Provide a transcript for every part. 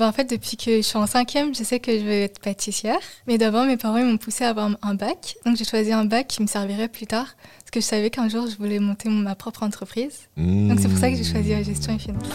En fait, depuis que je suis en 5e, je sais que je veux être pâtissière. Mais d'abord, mes parents ils m'ont poussée à avoir un bac. Donc, j'ai choisi un bac qui me servirait plus tard. Parce que je savais qu'un jour, je voulais monter ma propre entreprise. Donc, c'est pour ça que j'ai choisi gestion et finance.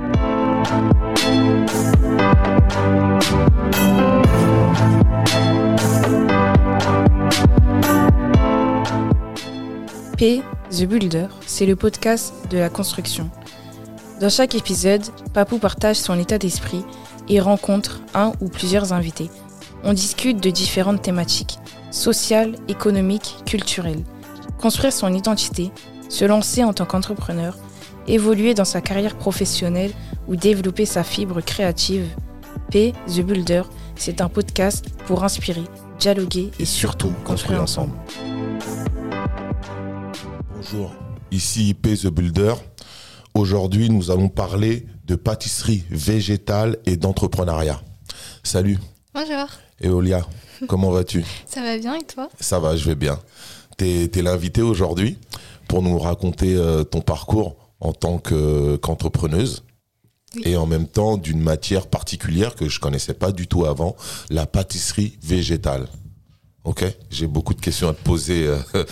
P, The Builder, c'est le podcast de la construction. Dans chaque épisode, Papou partage son état d'esprit et rencontre un ou plusieurs invités. On discute de différentes thématiques, sociales, économiques, culturelles. Construire son identité, se lancer en tant qu'entrepreneur, évoluer dans sa carrière professionnelle ou développer sa fibre créative. P, The Builder, c'est un podcast pour inspirer, dialoguer et surtout construire ensemble. Bonjour, ici P, The Builder. Aujourd'hui, nous allons parler de pâtisserie végétale et d'entrepreneuriat. Salut. Bonjour. Eolia, comment vas-tu? Ça va bien et toi? Ça va, je vais bien. T'es l'invitée aujourd'hui pour nous raconter ton parcours en tant qu'entrepreneuse. Oui. Et en même temps d'une matière particulière que je connaissais pas du tout avant, la pâtisserie végétale. Ok, j'ai beaucoup de questions à te poser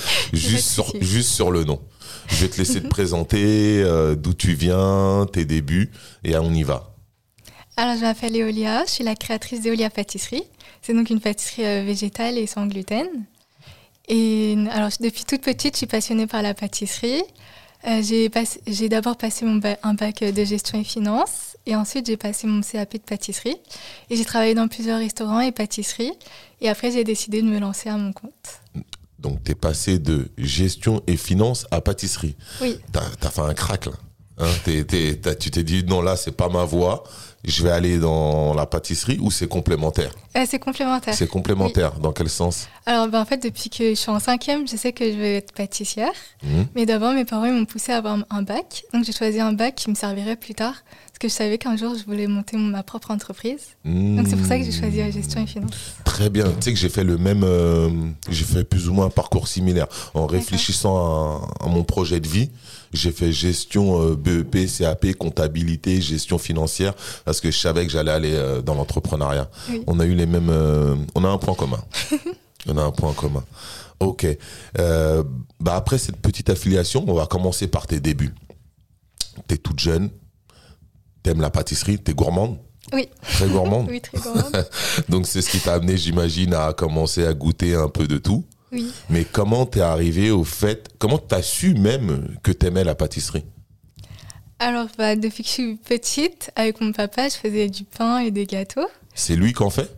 juste sur le nom. Je vais te laisser te présenter, d'où tu viens, tes débuts, et on y va. Alors, je m'appelle Eolia, je suis la créatrice d'Eolia Pâtisserie. C'est donc une pâtisserie végétale et sans gluten. Et alors, depuis toute petite, je suis passionnée par la pâtisserie. J'ai d'abord passé un bac de gestion et finance, et ensuite j'ai passé mon CAP de pâtisserie. Et j'ai travaillé dans plusieurs restaurants et pâtisseries. Et après, j'ai décidé de me lancer à mon compte. Donc, tu es passé de gestion et finance à pâtisserie. Oui. T'as fait un crack, là. Hein, tu t'es dit, non, là, c'est pas ma voie. Je vais aller dans la pâtisserie ou c'est complémentaire? C'est complémentaire. C'est complémentaire. Oui. Dans quel sens? Alors, en fait, depuis que je suis en 5e, je sais que je veux être pâtissière. Mais d'abord, mes parents ils m'ont poussée à avoir un bac. Donc, j'ai choisi un bac qui me servirait plus tard. Parce que je savais qu'un jour, je voulais monter ma propre entreprise. Donc, c'est pour ça que j'ai choisi gestion et finance. Très bien. Tu sais que j'ai fait le même... j'ai fait plus ou moins un parcours similaire. En réfléchissant à mon projet de vie, j'ai fait gestion BEP, CAP, comptabilité, gestion financière, parce que je savais que j'allais aller dans l'entrepreneuriat. Oui. On a eu les mêmes... on a un point commun. On a un point commun. Ok. Après cette petite affiliation, on va commencer par tes débuts. T'es toute jeune. T'aimes la pâtisserie, t'es gourmande? Oui. Très gourmande? Oui, très gourmande. Donc c'est ce qui t'a amené, j'imagine, à commencer à goûter un peu de tout. Oui. Mais comment t'es arrivé au fait, comment t'as su même que t'aimais la pâtisserie? Alors, depuis que je suis petite, avec mon papa, je faisais du pain et des gâteaux. C'est lui qui en fait?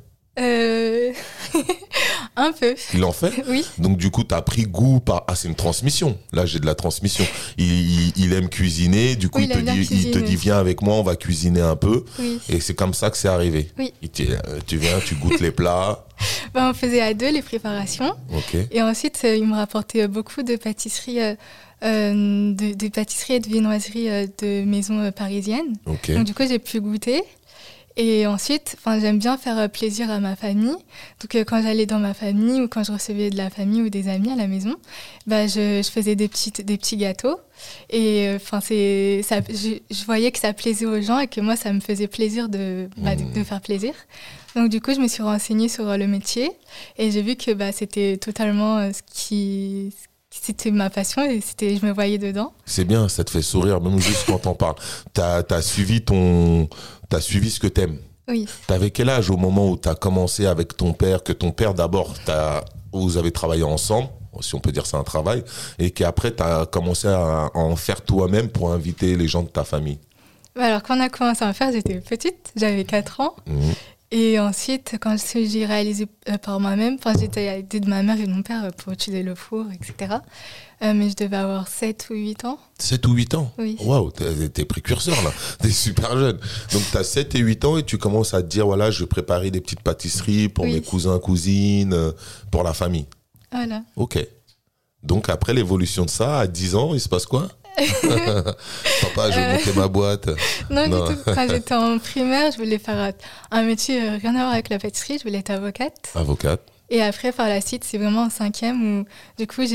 Un peu. Il en fait? Oui. Donc du coup, t'as pris goût par... Ah, c'est une transmission. Là, j'ai de la transmission. Il aime cuisiner. Du coup, oui, il te dit, viens avec moi, on va cuisiner un peu. Oui. Et c'est comme ça que c'est arrivé. Oui. Tu viens, tu goûtes les plats. On faisait à deux les préparations. Okay. Et ensuite, il me rapportait beaucoup de pâtisseries... de pâtisseries et de viennoiseries de maisons parisiennes. Okay. Donc du coup, j'ai pu goûter. Et ensuite, j'aime bien faire plaisir à ma famille. Donc, quand j'allais dans ma famille ou quand je recevais de la famille ou des amis à la maison, je faisais des petits gâteaux. Et je voyais que ça plaisait aux gens et que moi, ça me faisait plaisir de faire plaisir. Donc, du coup, je me suis renseignée sur le métier et j'ai vu que c'était totalement c'était ma passion et je me voyais dedans. C'est bien, ça te fait sourire, même juste quand t'en parles. T'as suivi ce que t'aimes. Oui. T'avais quel âge au moment où t'as commencé avec ton père, que ton père d'abord, vous avez travaillé ensemble, si on peut dire c'est un travail, et qu'après t'as commencé à en faire toi-même pour inviter les gens de ta famille? Alors quand on a commencé à en faire, j'étais petite, j'avais 4 ans. Et ensuite, quand j'ai réalisé par moi-même, j'étais aidée de ma mère et de mon père pour utiliser le four, etc. Mais je devais avoir 7 ou 8 ans. 7 ou 8 ans? Oui. Waouh, t'es précurseur là, t'es super jeune. Donc t'as 7 et 8 ans et tu commences à te dire, voilà, je vais préparer des petites pâtisseries pour mes cousins, cousines, pour la famille. Voilà. Ok. Donc après l'évolution de ça, à 10 ans, il se passe quoi? Papa, je vais monter ma boîte. Non, du tout. Quand j'étais en primaire, je voulais faire un métier rien à voir avec la pâtisserie. Je voulais être avocate. Avocate. Et après, par la suite, c'est vraiment en 5e où, du coup,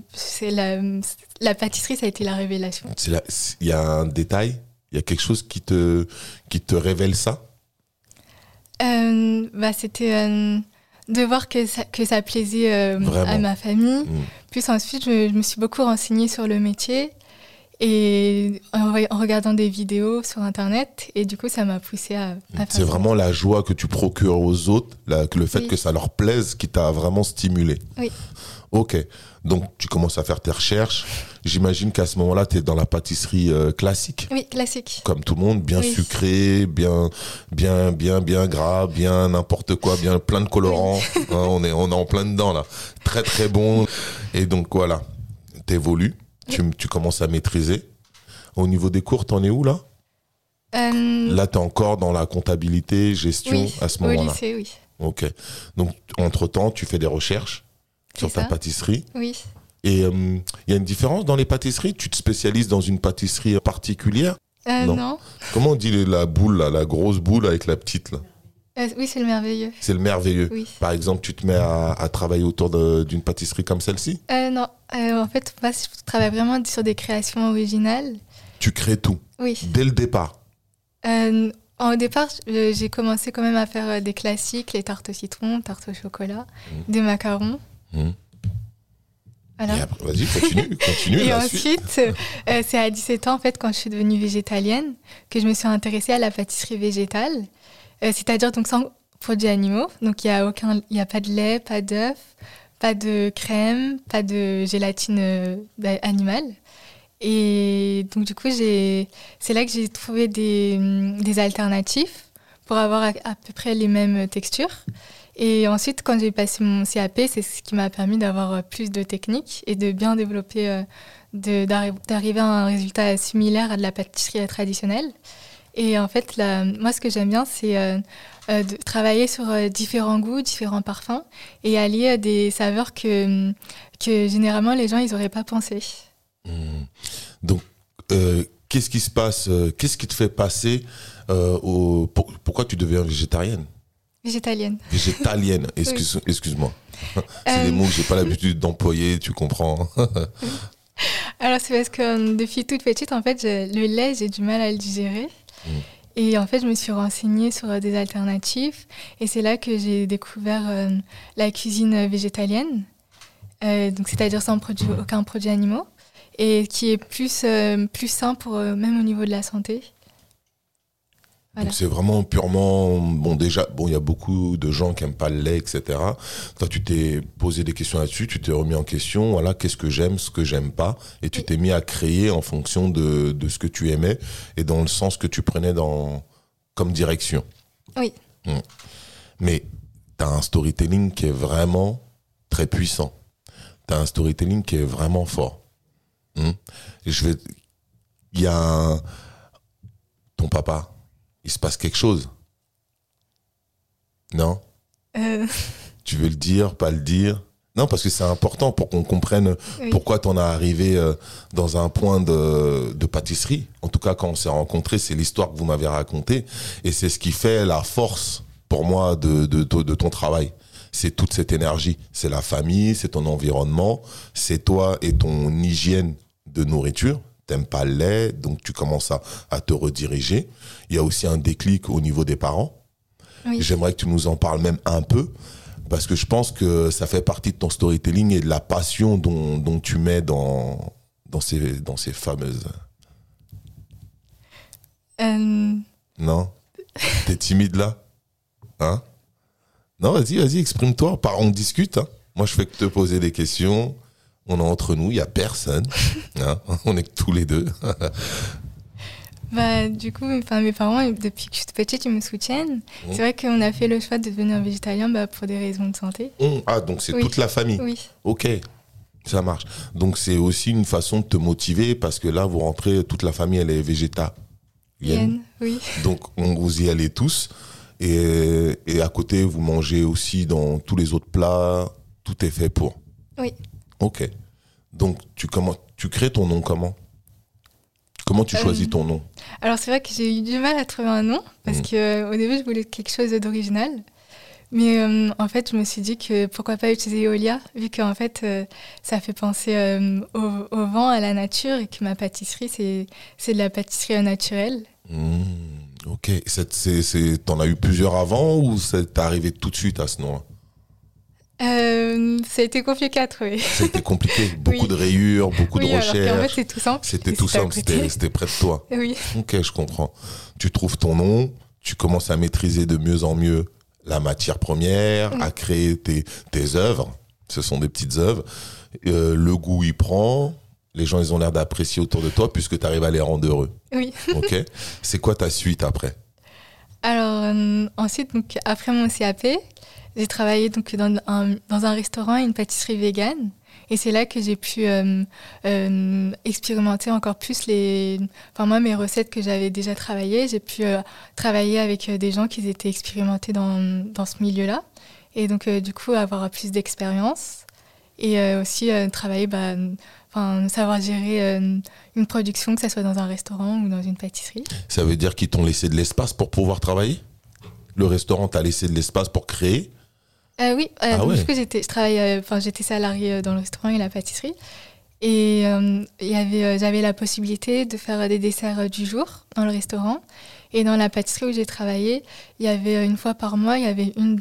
la pâtisserie, ça a été la révélation. Il y a un détail, il y a quelque chose qui te révèle ça? C'était de voir que ça plaisait à ma famille. Puis ensuite, je me suis beaucoup renseignée sur le métier et en regardant des vidéos sur Internet. Et du coup, ça m'a poussée à faire C'est vraiment la joie que tu procures aux autres, le fait Oui. que ça leur plaise qui t'a vraiment stimulé. Oui. Ok, donc tu commences à faire tes recherches. J'imagine qu'à ce moment-là, tu es dans la pâtisserie classique. Oui, classique. Comme tout le monde, bien Oui. sucré, bien gras, bien n'importe quoi, bien plein de colorants. Hein, on est en plein dedans là. Très très bon. Et donc voilà, t'évolues, tu commences à maîtriser. Au niveau des cours, t'en es où là? Là, t'es encore dans la comptabilité, gestion Oui, à ce au moment-là. lycée, oui. Ok. Donc entre-temps, tu fais des recherches sur C'est ta ça. pâtisserie. Oui. Et il y a une différence dans les pâtisseries? Tu te spécialises dans une pâtisserie particulière? Non. Comment on dit la boule, là, la grosse boule avec la petite là? Oui, c'est le merveilleux. C'est le merveilleux. Oui. Par exemple, tu te mets à travailler autour d'une pâtisserie comme celle-ci? Non. En fait, moi, je travaille vraiment sur des créations originales. Tu crées tout, Oui. dès le départ. Au départ, j'ai commencé quand même à faire des classiques, les tartes au citron, tartes au chocolat, des macarons. Voilà. Et après, vas-y, continue. Et la suite. ensuite, c'est à 17 ans, en fait, quand je suis devenue végétalienne, que je me suis intéressée à la pâtisserie végétale, c'est-à-dire donc sans produits animaux. Donc, il y a pas de lait, pas d'œuf, pas de crème, pas de gélatine animale. Et donc, du coup, c'est là que j'ai trouvé des alternatives pour avoir à peu près les mêmes textures. Et ensuite, quand j'ai passé mon CAP, c'est ce qui m'a permis d'avoir plus de techniques et de bien développer, d'arriver à un résultat similaire à de la pâtisserie traditionnelle. Et en fait, moi, ce que j'aime bien, c'est de travailler sur différents goûts, différents parfums et allier des saveurs que généralement les gens, ils n'auraient pas pensé. Donc, qu'est-ce qui se passe? Qu'est-ce qui te fait passer pourquoi tu deviens végétarienne? Végétalienne. Végétalienne, excuse-moi. C'est des mots que j'ai pas l'habitude d'employer, tu comprends? Alors, c'est parce que depuis toute petite, en fait, le lait, j'ai du mal à le digérer. Et en fait, je me suis renseignée sur des alternatives. Et c'est là que j'ai découvert la cuisine végétalienne. Donc, c'est-à-dire sans aucun produit animaux. Et qui est plus sain même au niveau de la santé. Voilà. Donc c'est vraiment purement... Bon, déjà, il y a beaucoup de gens qui n'aiment pas le lait, etc. Toi, tu t'es posé des questions là-dessus, tu t'es remis en question, voilà, qu'est-ce que j'aime, ce que j'aime pas, et tu t'es mis à créer en fonction de ce que tu aimais et dans le sens que tu prenais comme direction. Oui. Mais tu as un storytelling qui est vraiment très puissant. Tu as un storytelling qui est vraiment fort. Il y a ton papa, il se passe quelque chose? Non? Tu veux le dire, pas le dire? Non, parce que c'est important pour qu'on comprenne pourquoi t'en as arrivé dans un point de pâtisserie. En tout cas, quand on s'est rencontrés, c'est l'histoire que vous m'avez racontée. Et c'est ce qui fait la force, pour moi, de ton travail. C'est toute cette énergie. C'est la famille, c'est ton environnement, c'est toi et ton hygiène de nourriture. T'aimes pas le lait, donc tu commences à te rediriger. Il y a aussi un déclic au niveau des parents. Oui. J'aimerais que tu nous en parles même un peu, parce que je pense que ça fait partie de ton storytelling et de la passion dont tu mets dans ces fameuses... Non? T'es timide là? Hein? Non, vas-y, exprime-toi. On discute. Hein. Moi, je fais que te poser des questions. On est entre nous, il n'y a personne. Hein. On est que tous les deux. Du coup, mes parents, depuis que je suis petite, ils me soutiennent. C'est vrai qu'on a fait le choix de devenir végétalien pour des raisons de santé. Ah, donc c'est toute la famille? Oui. Ok, ça marche. Donc c'est aussi une façon de te motiver parce que là, vous rentrez, toute la famille, elle est végétalienne. Oui. Donc vous y allez tous. Et à côté, vous mangez aussi dans tous les autres plats. Tout est fait pour. Oui. Ok. Donc tu crées ton nom comment? Comment tu choisis ton nom? Alors c'est vrai que j'ai eu du mal à trouver un nom parce qu'au début je voulais quelque chose d'original, mais en fait je me suis dit que pourquoi pas utiliser Eolia vu qu'en fait ça fait penser au vent, à la nature et que ma pâtisserie c'est de la pâtisserie naturelle. Ok, t'en as eu plusieurs avant ou t'es arrivé tout de suite à ce nom-là? Ça a été compliqué à trouver. Ça a été compliqué, beaucoup Oui. de rayures, beaucoup de Alors qu'en recherches. fait, c'est tout simple. C'était Et tout c'était à simple, côté. c'était près de toi. Oui. Ok, je comprends. Tu trouves ton nom, tu commences à maîtriser de mieux en mieux la matière première, à créer tes œuvres. Ce sont des petites œuvres. Le goût y prend. Les gens, ils ont l'air d'apprécier autour de toi puisque tu arrives à les rendre heureux. Oui. Ok. C'est quoi ta suite après? Alors, ensuite, donc, après mon CAP, j'ai travaillé donc, dans un restaurant et une pâtisserie végane. Et c'est là que j'ai pu expérimenter encore plus mes recettes que j'avais déjà travaillées. J'ai pu travailler avec des gens qui étaient expérimentés dans ce milieu-là. Et donc, du coup, avoir plus d'expérience. Et aussi travailler, savoir gérer une production, que ce soit dans un restaurant ou dans une pâtisserie. Ça veut dire qu'ils t'ont laissé de l'espace pour pouvoir travailler? Le restaurant t'a laissé de l'espace pour créer? Oui, donc, du coup, j'étais salariée dans le restaurant et la pâtisserie. Et j'avais la possibilité de faire des desserts du jour dans le restaurant. Et dans la pâtisserie où j'ai travaillé, il y avait une fois par mois, il y avait une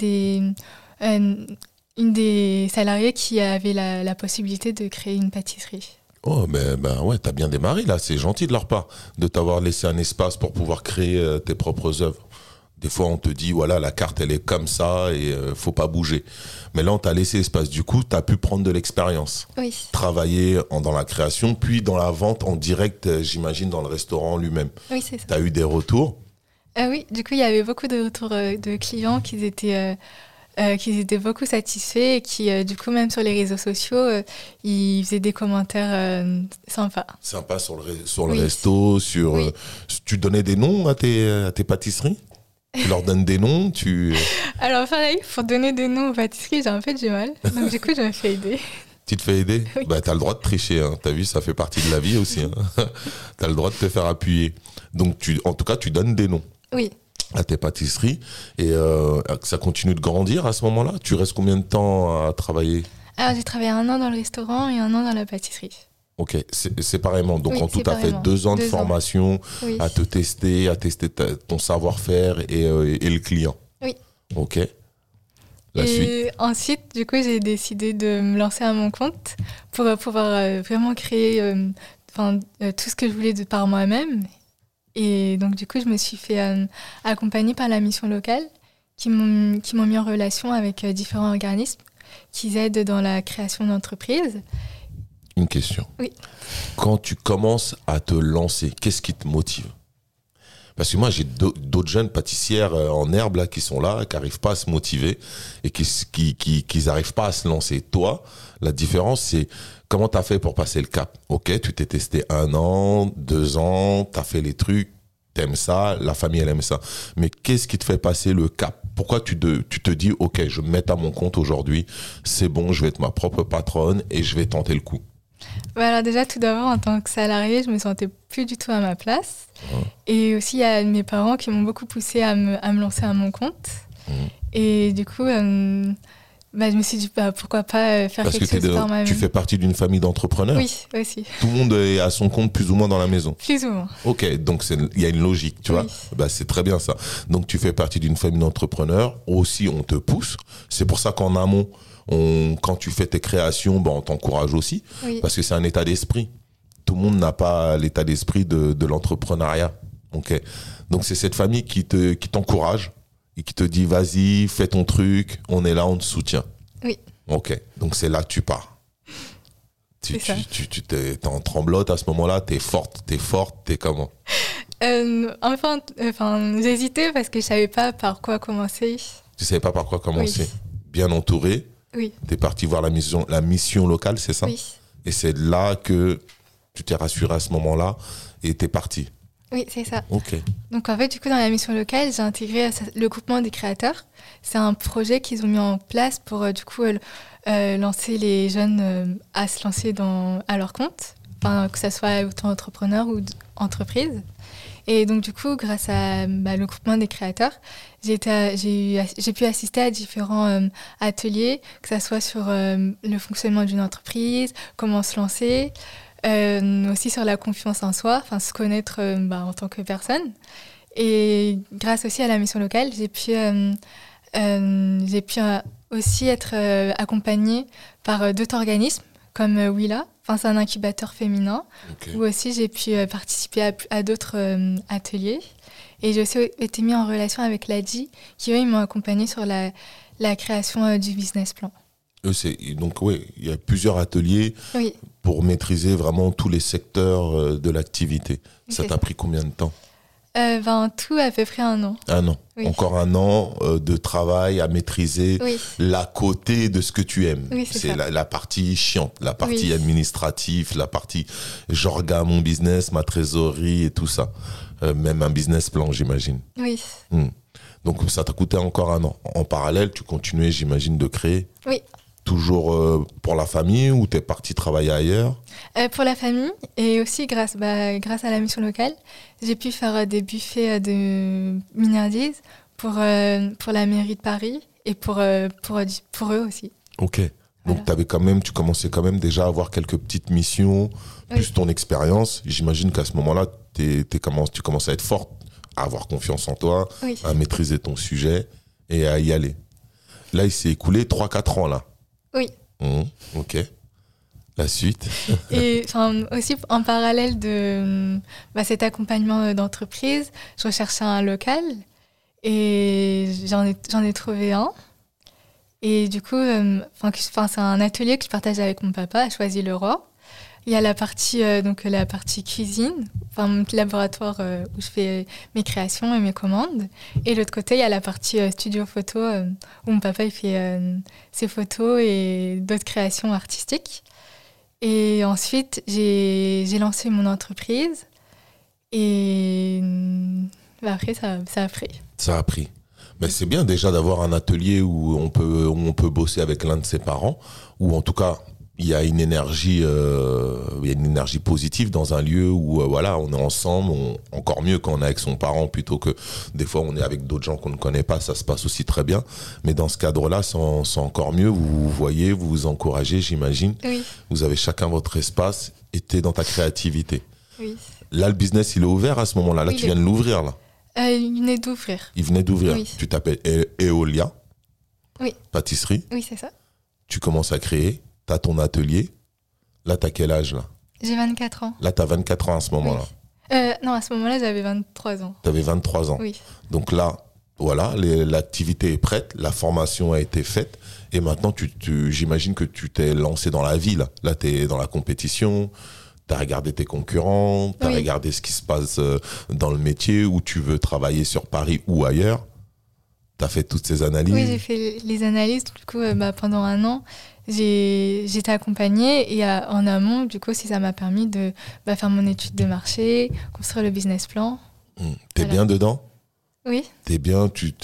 des salariés qui avait la possibilité de créer une pâtisserie. Oh, ben ouais, t'as bien démarré là. C'est gentil de leur part de t'avoir laissé un espace pour pouvoir créer tes propres œuvres. Des fois, on te dit, voilà, la carte, elle est comme ça et faut pas bouger. Mais là, on t'a laissé l'espace. Du coup, t'as pu prendre de l'expérience. Oui. Travailler dans la création, puis dans la vente en direct, j'imagine, dans le restaurant lui-même. Oui, c'est ça. T'as eu des retours? Oui, du coup, il y avait beaucoup de retours de clients qui étaient beaucoup satisfaits et qui, du coup, même sur les réseaux sociaux, ils faisaient des commentaires sympas. Sympa sur le resto, Oui. Tu donnais des noms à tes pâtisseries? Tu leur donnes des noms, Alors, pareil, pour donner des noms aux pâtisseries, j'ai un peu du mal. Donc, du coup, je me fais aider. Tu te fais aider? Oui. Bah, t'as le droit de tricher, hein. T'as vu, ça fait partie de la vie aussi, hein. T'as le droit de te faire appuyer. Donc, en tout cas, tu donnes des noms Oui. à tes pâtisseries et ça continue de grandir à ce moment-là. Tu restes combien de temps à travailler? Alors, j'ai travaillé 1 an dans le restaurant et 1 an dans la pâtisserie. Ok, séparément. Donc, Oui, en tout, tu as fait séparément. 2 ans de 2 ans. formation Oui. à te tester, à tester ton savoir-faire et le client. Oui. Ok. La suite. Et ensuite, du coup, j'ai décidé de me lancer à mon compte pour pouvoir vraiment créer tout ce que je voulais par moi-même. Et donc, du coup, je me suis fait accompagner par la mission locale qui m'ont mis en relation avec différents organismes qui aident dans la création d'entreprises. Une question. Oui. Quand tu commences à te lancer, qu'est-ce qui te motive? Parce que moi, j'ai d'autres jeunes pâtissières en herbe là, qui sont là, qui n'arrivent pas à se motiver et qui n'arrivent pas à se lancer. Toi, la différence, c'est comment tu as fait pour passer le cap? Ok, tu t'es testé 1 an, 2 ans, tu as fait les trucs, t'aimes ça, la famille, elle aime ça. Mais qu'est-ce qui te fait passer le cap? Pourquoi tu te dis, ok, je vais me mettre à mon compte aujourd'hui, c'est bon, je vais être ma propre patronne et je vais tenter le coup? Alors déjà, tout d'abord, en tant que salariée, je me sentais plus du tout à ma place. Et aussi, il y a mes parents qui m'ont beaucoup poussée à me lancer à mon compte. Et du coup, je me suis dit, pourquoi pas faire Parce quelque que chose par moi-même. tu fais partie d'une famille d'entrepreneurs? Oui, aussi. Tout le monde est à son compte plus ou moins dans la maison? Plus ou moins. Ok, donc il y a une logique, tu vois. C'est très bien ça. Donc tu fais partie d'une famille d'entrepreneurs. Aussi, on te pousse. C'est pour ça qu'en amont, quand tu fais tes créations, on t'encourage aussi. Oui. Parce que c'est un état d'esprit. Tout le monde n'a pas l'état d'esprit de l'entrepreneuriat. Okay. Donc c'est cette famille qui t'encourage et qui te dit, vas-y, fais ton truc, on est là, on te soutient. Oui. Ok, donc c'est là que tu pars. Tu t'es en tremblote à ce moment-là, t'es forte, t'es comment? J'hésitais parce que je savais pas par quoi commencer. Tu savais pas par quoi commencer? Oui. Bien entouré. Oui. T'es parti voir la mission locale, c'est ça? Oui. Et c'est là que tu t'es rassuré à ce moment-là et t'es parti. Oui, c'est ça. Ok. Donc en fait, du coup, dans la mission locale, j'ai intégré le groupement des créateurs. C'est un projet qu'ils ont mis en place pour lancer les jeunes à se lancer à leur compte, que ce soit auto-entrepreneur ou entreprise. Et donc du coup, grâce à le groupement des créateurs, j'ai pu assister à différents ateliers, que ce soit sur le fonctionnement d'une entreprise, comment se lancer, aussi sur la confiance en soi, se connaître en tant que personne. Et grâce aussi à la mission locale, j'ai pu aussi être accompagnée par d'autres organismes comme Willa. Enfin, c'est un incubateur féminin où aussi j'ai pu participer à d'autres ateliers. Et j'ai aussi été mis en relation avec l'ADI qui, eux, ils m'ont accompagnée sur la création du business plan. Donc, oui, il y a plusieurs ateliers pour maîtriser vraiment tous les secteurs de l'activité. Ça t'a pris combien de temps ? En tout, à peu près 1 an. 1 an. Oui. Encore 1 an de travail à maîtriser l'à côté de ce que tu aimes. Oui, c'est la partie chiante, la partie administrative, la partie j'organise mon business, ma trésorerie et tout ça. Même un business plan, j'imagine. Oui. Donc ça t'a coûté encore 1 an. En parallèle, tu continuais, j'imagine, de créer. Oui. Toujours pour la famille ou t'es parti travailler ailleurs ? Pour la famille et aussi grâce à la mission locale, j'ai pu faire des buffets de minardises pour la mairie de Paris et pour eux aussi. Ok. Donc tu commençais quand même déjà à avoir quelques petites missions, plus ton expérience. J'imagine qu'à ce moment-là, tu commences à être forte, à avoir confiance en toi, à maîtriser ton sujet et à y aller. Là, il s'est écoulé 3-4 ans là. Oui. Ok. La suite. Et aussi en parallèle de cet accompagnement d'entreprise, je recherchais un local et j'en ai trouvé un. Et du coup, c'est un atelier que je partage avec mon papa à Choisy-le-Roi. Il y a la partie cuisine, mon petit laboratoire où je fais mes créations et mes commandes. Et de l'autre côté, il y a la partie studio photo où mon papa il fait ses photos et d'autres créations artistiques. Et ensuite, j'ai lancé mon entreprise. Et après, ça a pris. Ça a pris. Mais c'est bien déjà d'avoir un atelier où on peut bosser avec l'un de ses parents, ou en tout cas il y a une énergie positive dans un lieu où on est ensemble, encore mieux quand on est avec son parent plutôt que des fois on est avec d'autres gens qu'on ne connaît pas, ça se passe aussi très bien. Mais dans ce cadre-là, c'est encore mieux, vous voyez, vous vous encouragez, j'imagine. Oui. Vous avez chacun votre espace et t'es dans ta créativité. Oui. Là, le business, il est ouvert à ce moment-là. Là, tu viens de l'ouvrir, là. Il venait d'ouvrir. Il venait d'ouvrir. Oui. Tu t'appelles Eolia. Oui. Pâtisserie. Oui, c'est ça. Tu commences à créer. T'as ton atelier. Là, t'as quel âge, là ? J'ai 24 ans. Là, t'as 24 ans à ce moment-là. Non, à ce moment-là, j'avais 23 ans. T'avais 23 ans. Oui. Donc là, voilà, l'activité est prête, la formation a été faite. Et maintenant, j'imagine que tu t'es lancé dans la vie, là. Là, t'es dans la compétition. T'as regardé tes concurrents. T'as regardé ce qui se passe dans le métier, où tu veux travailler sur Paris ou ailleurs. T'as fait toutes ces analyses. Oui, j'ai fait les analyses. Du coup, pendant 1 an, j'étais accompagnée et en amont, du coup, ça m'a permis de faire mon étude de marché, construire le business plan. T'es bien dedans ? Oui. T'es bien,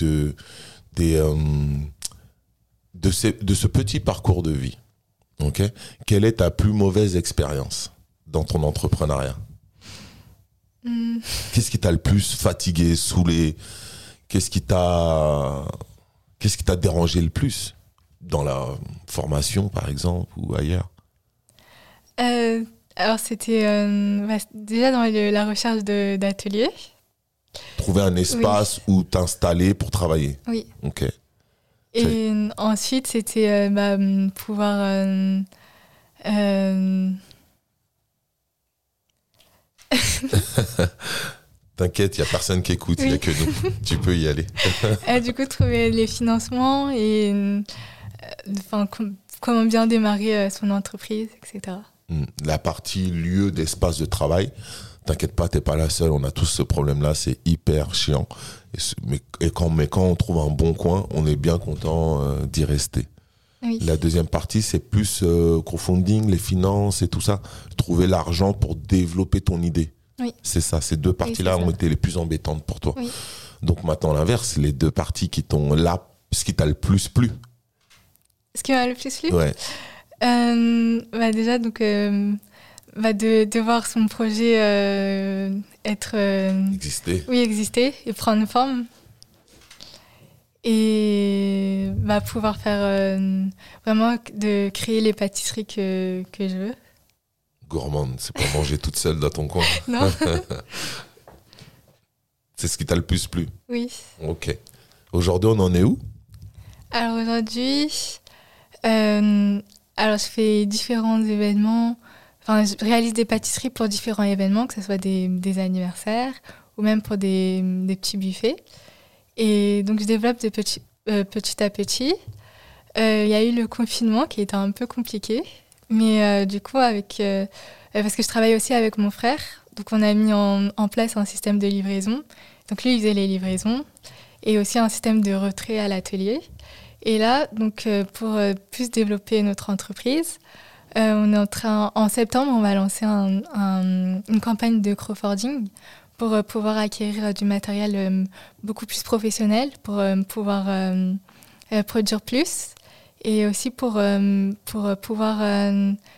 de ce petit parcours de vie, ok ? Quelle est ta plus mauvaise expérience dans ton entrepreneuriat ? Qu'est-ce qui t'a le plus fatigué, saoulé ? Qu'est-ce qui t'a dérangé le plus dans la formation, par exemple, ou ailleurs ? Alors, c'était déjà dans la recherche d'ateliers. Trouver un espace où t'installer pour travailler. Oui. Ok. Et ensuite, c'était pouvoir... T'inquiète, il n'y a personne qui écoute, il n'y a que nous. Tu peux y aller. Du coup, trouver les financements et comment bien démarrer son entreprise, etc. La partie lieu d'espace de travail, t'inquiète pas, t'es pas la seule, on a tous ce problème-là, c'est hyper chiant. Mais quand on trouve un bon coin, on est bien content d'y rester. Oui. La deuxième partie, c'est plus crowdfunding, les finances et tout ça. Trouver l'argent pour développer ton idée. Oui. C'est ça, ces deux parties-là ont été les plus embêtantes pour toi. Oui. Donc maintenant, l'inverse, les deux parties qui t'ont là, ce qui t'a le plus plu. Ce qui m'a le plus plu ? Ouais. Déjà, donc, de voir son projet Exister. Oui, exister et prendre forme. Et pouvoir faire vraiment de créer les pâtisseries que je veux. Gourmande, c'est pour manger toute seule dans ton coin. Non. C'est ce qui t'a le plus plu? Oui. Ok. Aujourd'hui, on en est où? Alors aujourd'hui, alors je fais différents événements. Enfin, je réalise des pâtisseries pour différents événements, que ce soit des anniversaires ou même pour des petits buffets. Et donc, je développe petit à petit. Il y a eu le confinement qui était un peu compliqué. Mais du coup, parce que je travaille aussi avec mon frère, donc on a mis en place un système de livraison. Donc lui, il faisait les livraisons et aussi un système de retrait à l'atelier. Et là, donc, pour plus développer notre entreprise, on est en septembre, on va lancer une campagne de crowdfunding pour pouvoir acquérir du matériel beaucoup plus professionnel, pour pouvoir produire plus et aussi pour pouvoir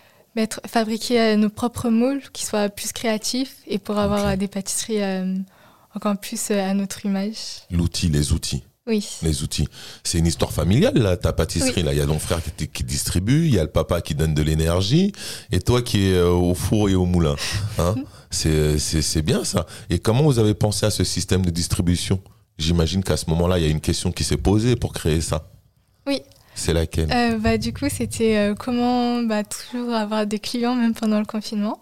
fabriquer nos propres moules qui soient plus créatifs et pour avoir des pâtisseries encore plus à notre image. Les outils. Oui. Les outils. C'est une histoire familiale, là, ta pâtisserie. Oui. Là, il y a ton frère qui distribue, il y a le papa qui donne de l'énergie, et toi qui es au four et au moulin. Hein. C'est bien ça. Et comment vous avez pensé à ce système de distribution? J'imagine qu'à ce moment-là, il y a une question qui s'est posée pour créer ça. Oui. C'est laquelle? Du coup, c'était comment toujours avoir des clients, même pendant le confinement.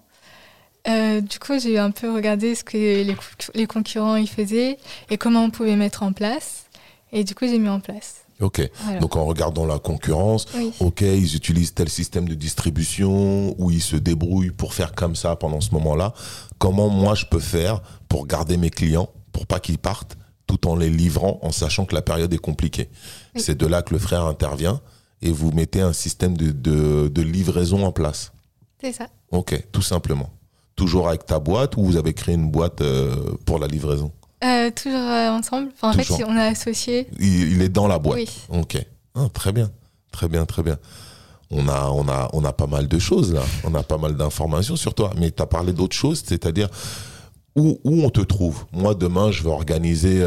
Du coup, j'ai un peu regardé ce que les concurrents y faisaient et comment on pouvait mettre en place. Et du coup, j'ai mis en place. Ok. Voilà. Donc, en regardant la concurrence, oui. Ok, ils utilisent tel système de distribution ou ils se débrouillent pour faire comme ça pendant ce moment-là. Comment moi, je peux faire pour garder mes clients, pour pas qu'ils partent, tout en les livrant, en sachant que la période est compliquée. Oui. C'est de là que le frère intervient et vous mettez un système de livraison en place. C'est ça. Ok, tout simplement. Toujours avec ta boîte ou vous avez créé une boîte pour la livraison? Toujours ensemble. Enfin, en fait, on est associés. Il est dans la boîte. Oui. Ok. Ah, très bien. Très bien, très bien. On a pas mal de choses là. On a pas mal d'informations sur toi. Mais tu as parlé d'autres choses, c'est-à-dire où on te trouve. Moi, demain, je vais organiser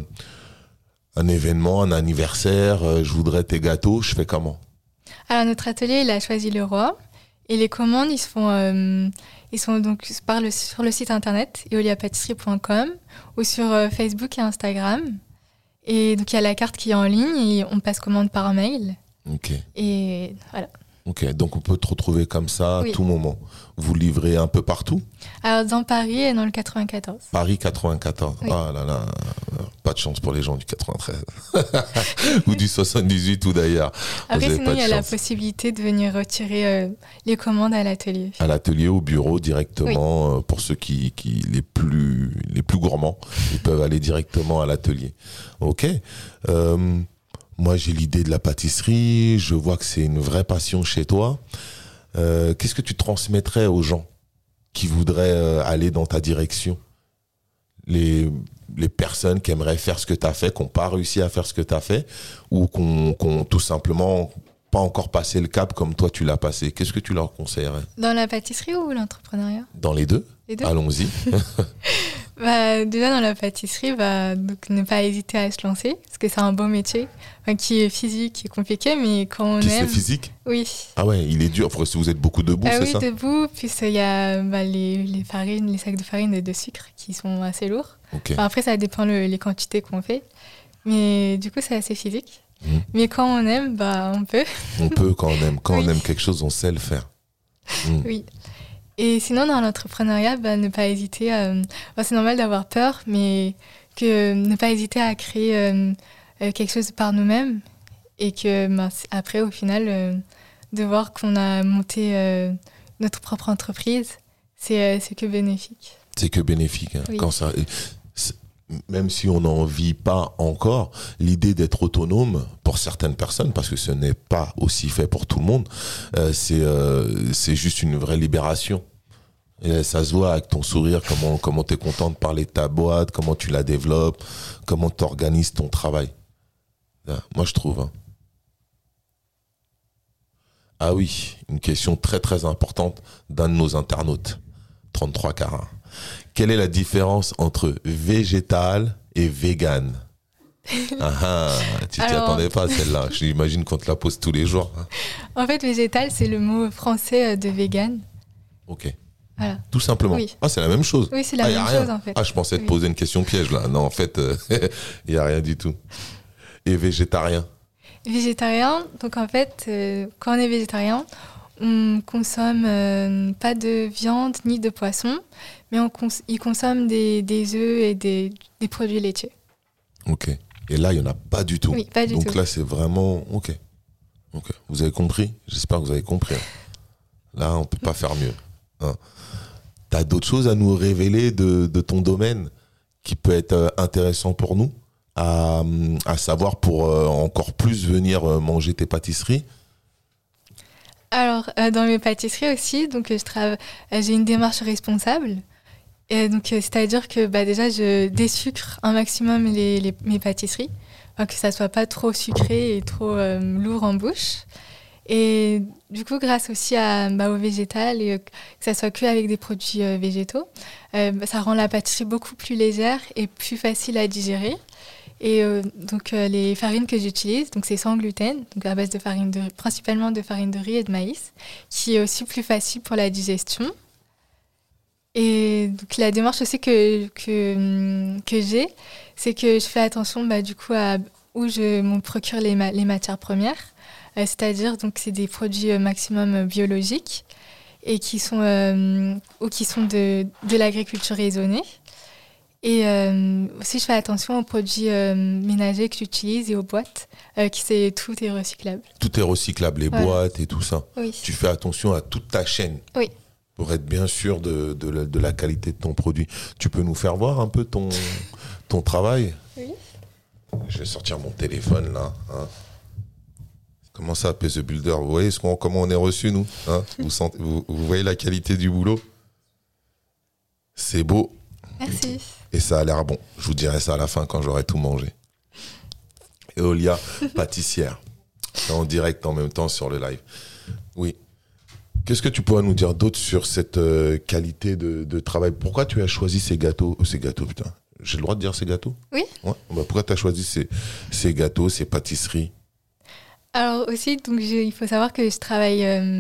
un événement, un anniversaire. Je voudrais tes gâteaux. Je fais comment? Alors, notre atelier, il a choisi le roi. Et les commandes, ils sont donc sur le site internet eoliapâtisserie.com ou sur Facebook et Instagram. Et donc, il y a la carte qui est en ligne et on passe commande par mail. Ok. Et voilà. Ok, donc on peut te retrouver comme ça à tout moment. Vous livrez un peu partout? Alors, dans Paris et dans le 94. Paris 94. Oui. Ah là là, pas de chance pour les gens du 93. Ou du 78 ou d'ailleurs. Après, sinon, il y a la possibilité de venir retirer les commandes à l'atelier. À l'atelier, au bureau, directement. Oui. Pour ceux qui les plus gourmands, ils peuvent aller directement à l'atelier. Ok. Moi, j'ai l'idée de la pâtisserie. Je vois que c'est une vraie passion chez toi. Qu'est-ce que tu transmettrais aux gens qui voudraient aller dans ta direction? Les personnes qui aimeraient faire ce que tu as fait, qui n'ont pas réussi à faire ce que tu as fait, ou qui n'ont tout simplement pas encore passé le cap comme toi tu l'as passé. Qu'est-ce que tu leur conseillerais? Dans la pâtisserie ou l'entrepreneuriat? Dans les deux. Allons-y. Déjà dans la pâtisserie, donc ne pas hésiter à se lancer, parce que c'est un beau métier qui est physique, qui est compliqué, mais quand on aime... C'est physique? Oui. Ah ouais, il est dur, parce que vous êtes beaucoup debout, c'est ça? Oui, debout, puis il y a les farines, les sacs de farine et de sucre qui sont assez lourds. Okay. Après, ça dépend les quantités qu'on fait, mais du coup, c'est assez physique. Mais quand on aime, on peut. On peut quand on aime. Quand on aime quelque chose, on sait le faire. Oui. Et sinon, dans l'entrepreneuriat, ne pas hésiter. C'est normal d'avoir peur, mais ne pas hésiter à créer quelque chose par nous-mêmes. Et que après, au final, de voir qu'on a monté notre propre entreprise, c'est que bénéfique. C'est que bénéfique. Hein. Oui. Même si on n'en vit pas encore, l'idée d'être autonome pour certaines personnes, parce que ce n'est pas aussi fait pour tout le monde, c'est juste une vraie libération. Et ça se voit avec ton sourire, comment tu es content de parler de ta boîte, comment tu la développes, comment tu organises ton travail. Moi, je trouve. Hein. Ah oui, une question très très importante d'un de nos internautes, 33 carats. Quelle est la différence entre végétal et vegan? Tu t'y attendais pas celle-là. J'imagine qu'on te la pose tous les jours. En fait, végétal, c'est le mot français de vegan. Ok. Voilà. Tout simplement. Oui. Ah, c'est la même chose. Oui, c'est la y a même rien. chose en fait. Ah, je pensais te poser une question piège là. Non, en fait, il n'y a rien du tout. Et végétarien? Végétarien, donc en fait, quand on est végétarien, on consomme pas de viande ni de poisson, mais il consomme des œufs et des produits laitiers. Ok. Et là, il n'y en a pas du tout. Oui, pas du tout. Donc là, c'est vraiment... Ok. Vous avez compris? J'espère que vous avez compris. Là, on ne peut pas faire mieux. Hein. Tu as d'autres choses à nous révéler de ton domaine qui peut être intéressant pour nous, à savoir pour encore plus venir manger tes pâtisseries? Alors, dans mes pâtisseries aussi, donc j'ai une démarche responsable. Et donc, c'est-à-dire que déjà, je désucre un maximum mes pâtisseries, que ça soit pas trop sucré et trop lourd en bouche. Et du coup, grâce aussi au végétal et que ça soit que avec des produits végétaux, ça rend la pâtisserie beaucoup plus légère et plus facile à digérer. Et donc les farines que j'utilise, donc c'est sans gluten, donc à base de principalement de farine de riz et de maïs, qui est aussi plus facile pour la digestion. Et donc la démarche aussi que j'ai, c'est que je fais attention du coup à où je me procure les matières premières, c'est-à-dire donc c'est des produits maximum biologiques et qui sont de l'agriculture raisonnée. Et aussi, je fais attention aux produits ménagers que j'utilise et aux boîtes, tout est recyclable. Tout est recyclable, les boîtes et tout ça. Oui. Tu fais attention à toute ta chaîne. Oui. Pour être bien sûr de la qualité de ton produit. Tu peux nous faire voir un peu ton travail? Oui. Je vais sortir mon téléphone là. Hein. Comment ça, The Builder? Vous voyez comment on est reçu, nous, hein? Vous voyez la qualité du boulot? C'est beau. Merci. Et ça a l'air bon. Je vous dirai ça à la fin quand j'aurai tout mangé. Eolia, pâtissière. En direct en même temps sur le live. Oui. Qu'est-ce que tu pourrais nous dire d'autre sur cette qualité de travail? Pourquoi tu as choisi ces gâteaux? Ces gâteaux, putain. J'ai le droit de dire ces gâteaux? Oui. Ouais. Pourquoi tu as choisi ces gâteaux, ces pâtisseries? Alors aussi, donc il faut savoir que je travaille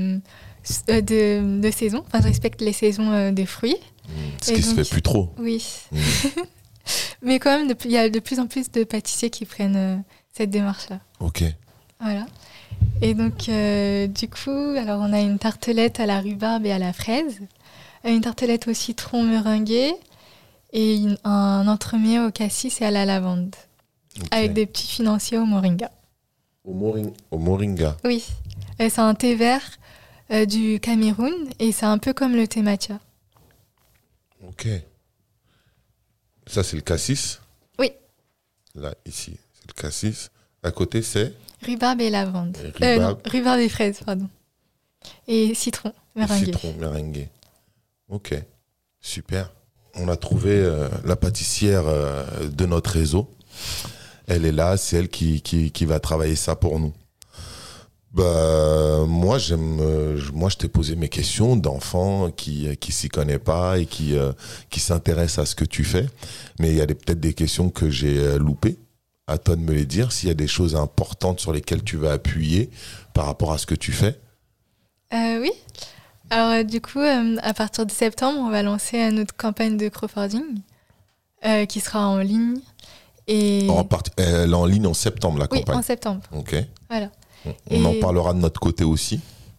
de saison. Enfin, je respecte les saisons des fruits. Ce qui se fait plus trop. Oui. Mais quand même, il y a de plus en plus de pâtissiers qui prennent cette démarche-là. Ok. Voilà. Et donc, du coup, alors on a une tartelette à la rhubarbe et à la fraise, une tartelette au citron meringuée et un entremets au cassis et à la lavande, avec des petits financiers au moringa. Au moringa? Oui. C'est un thé vert du Cameroun et c'est un peu comme le thé matcha. Ok. Ça, c'est le cassis? Oui. Là, ici, c'est le cassis. À côté, c'est? Rhubarbe et lavande. Rhubarbe et fraises, pardon. Et citron meringué. Citron meringué. Ok. Super. On a trouvé la pâtissière de notre réseau. Elle est là, c'est elle qui va travailler ça pour nous. Moi, je t'ai posé mes questions d'enfant qui s'y connaît pas et qui s'intéresse à ce que tu fais. Mais il y a peut-être des questions que j'ai loupées. À toi de me les dire. S'il y a des choses importantes sur lesquelles tu vas appuyer par rapport à ce que tu fais. Oui. Alors, du coup, à partir de septembre, on va lancer notre campagne de crowdfunding qui sera en ligne. Et... Elle est en ligne en septembre, la campagne? Oui, en septembre. Ok. Voilà. On en parlera de notre côté aussi.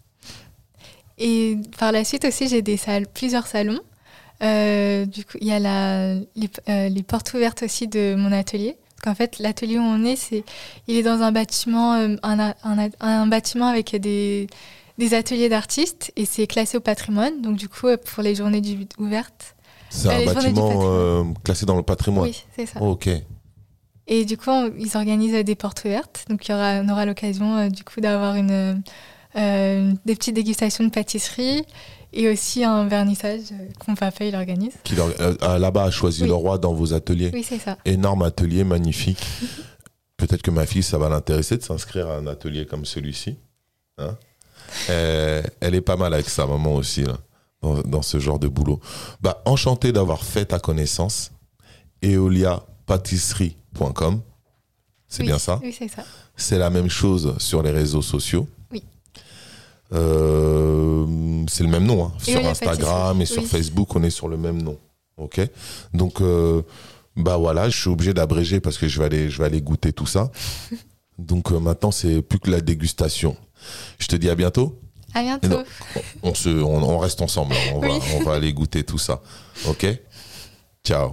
Et par la suite aussi, j'ai plusieurs salons. Du coup, il y a les portes ouvertes aussi de mon atelier. Parce qu'en fait, l'atelier où on est, il est dans un bâtiment, un bâtiment avec des ateliers d'artistes et c'est classé au patrimoine. Donc du coup, pour les journées ouvertes... C'est un bâtiment classé dans le patrimoine? Oui, c'est ça. Oh, ok. Et du coup, ils organisent des portes ouvertes. Donc on aura l'occasion du coup d'avoir des petites dégustations de pâtisserie et aussi un vernissage qu'on papa il organise. Là-bas à Choisy-le-Roi, dans vos ateliers? Oui, c'est ça. Énorme atelier, magnifique. Peut-être que ma fille, ça va l'intéresser de s'inscrire à un atelier comme celui-ci. Hein? Elle est pas mal avec sa maman aussi, là, dans ce genre de boulot. Enchanté d'avoir fait ta connaissance. eoliapâtisserie.com. C'est bien ça? Oui, c'est ça. C'est la même chose sur les réseaux sociaux. Oui. C'est le même nom. Hein. Et sur oui, Instagram et sur Facebook, on est sur le même nom. Ok. Donc, voilà, je suis obligé d'abréger parce que je vais aller goûter tout ça. Donc maintenant, c'est plus que la dégustation. Je te dis à bientôt. À bientôt. Non, on reste ensemble. On va aller goûter tout ça. Ok. Ciao.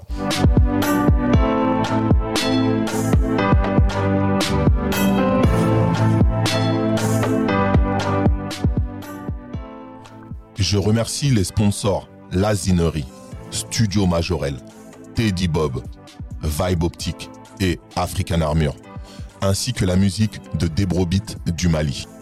Je remercie les sponsors Lazinerie, Studio Majorel, Teddy Bob, Vibe Optique et African Armure, ainsi que la musique de Debrobit du Mali.